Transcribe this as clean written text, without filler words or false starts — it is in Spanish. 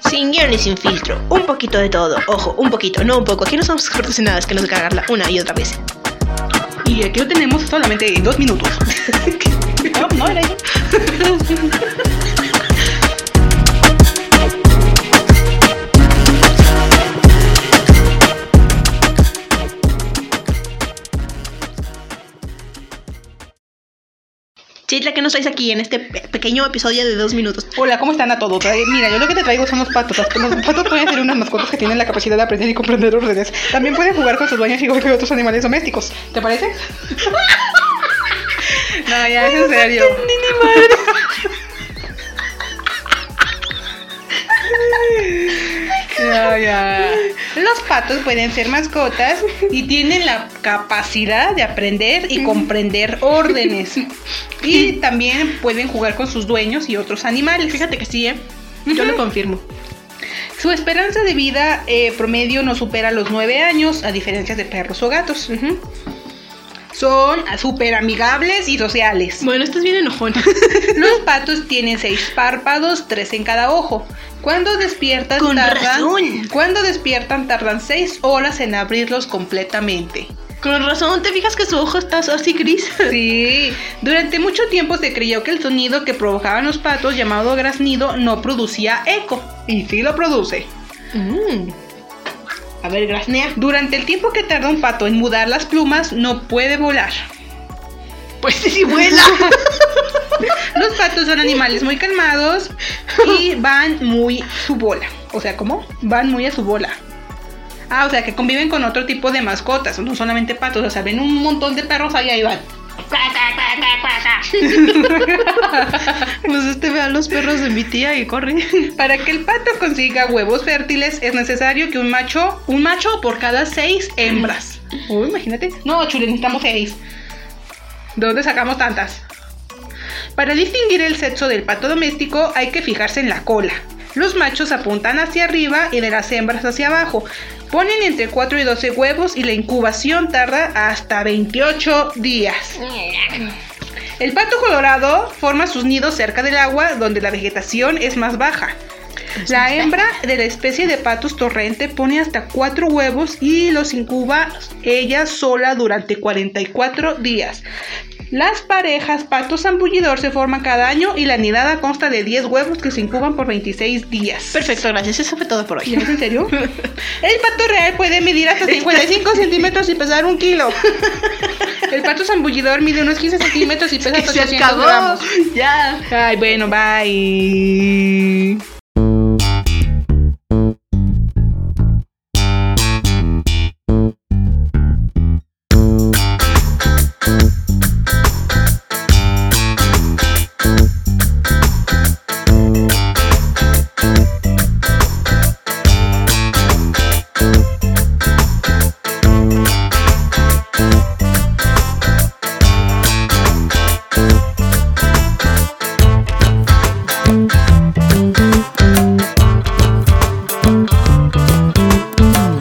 Sin guión y sin filtro, un poquito de todo. Ojo, un poquito, no un poco. Aquí no somos expertos en nada, es que nos cagarla una y otra vez. Y aquí lo tenemos solamente en 2 minutos. No era ahí. Chitla, que no estáis aquí en este pequeño episodio de 2 minutos. Hola, ¿cómo están a todos? Mira, yo lo que te traigo son los patos. Los patos pueden ser unas mascotas que tienen la capacidad de aprender y comprender órdenes. También pueden jugar con sus dueños igual que otros animales domésticos. ¿Te parece? No, ya, es en serio. No entendí ni madre. Ya. Los patos pueden ser mascotas y tienen la capacidad de aprender y comprender órdenes. Y también pueden jugar con sus dueños y otros animales. Fíjate que sí, yo lo confirmo. Su esperanza de vida promedio no supera los 9 años, a diferencia de perros o gatos. Son súper amigables y sociales. Bueno, estás bien enojón. Los patos tienen 6 párpados, 3 en cada ojo. Cuando despiertan tardan 6 horas en abrirlos completamente. Con razón, ¿te fijas que su ojo está así gris? Sí, durante mucho tiempo se creyó que el sonido que provocaban los patos, llamado graznido, no producía eco. Y sí lo produce. A ver, graznea. Durante el tiempo que tarda un pato en mudar las plumas, no puede volar. Pues sí vuela. Los patos son animales muy calmados y van muy su bola. O sea, ¿cómo? Van muy a su bola. O sea, que conviven con otro tipo de mascotas, no solamente patos. O sea, ven un montón de perros ahí van. Pues ve a los perros de mi tía y corre. Para que el pato consiga huevos fértiles es necesario que un macho por cada 6 hembras. Imagínate. No, chule, necesitamos 6. ¿De dónde sacamos tantas? Para distinguir el sexo del pato doméstico hay que fijarse en la cola. Los machos apuntan hacia arriba y de las hembras hacia abajo. Ponen entre 4 y 12 huevos y la incubación tarda hasta 28 días. El pato colorado forma sus nidos cerca del agua donde la vegetación es más baja. La hembra de la especie de patos torrente pone hasta 4 huevos y los incuba ella sola durante 44 días. Las parejas pato zambullidor se forman cada año y la nidada consta de 10 huevos que se incuban por 26 días. Perfecto, gracias. Eso fue todo por hoy. ¿Es en serio? El pato real puede medir hasta 55 centímetros y pesar 1 kilo. El pato zambullidor mide unos 15 centímetros y pesa hasta 800 gramos. Ya. Ay, bueno, bye.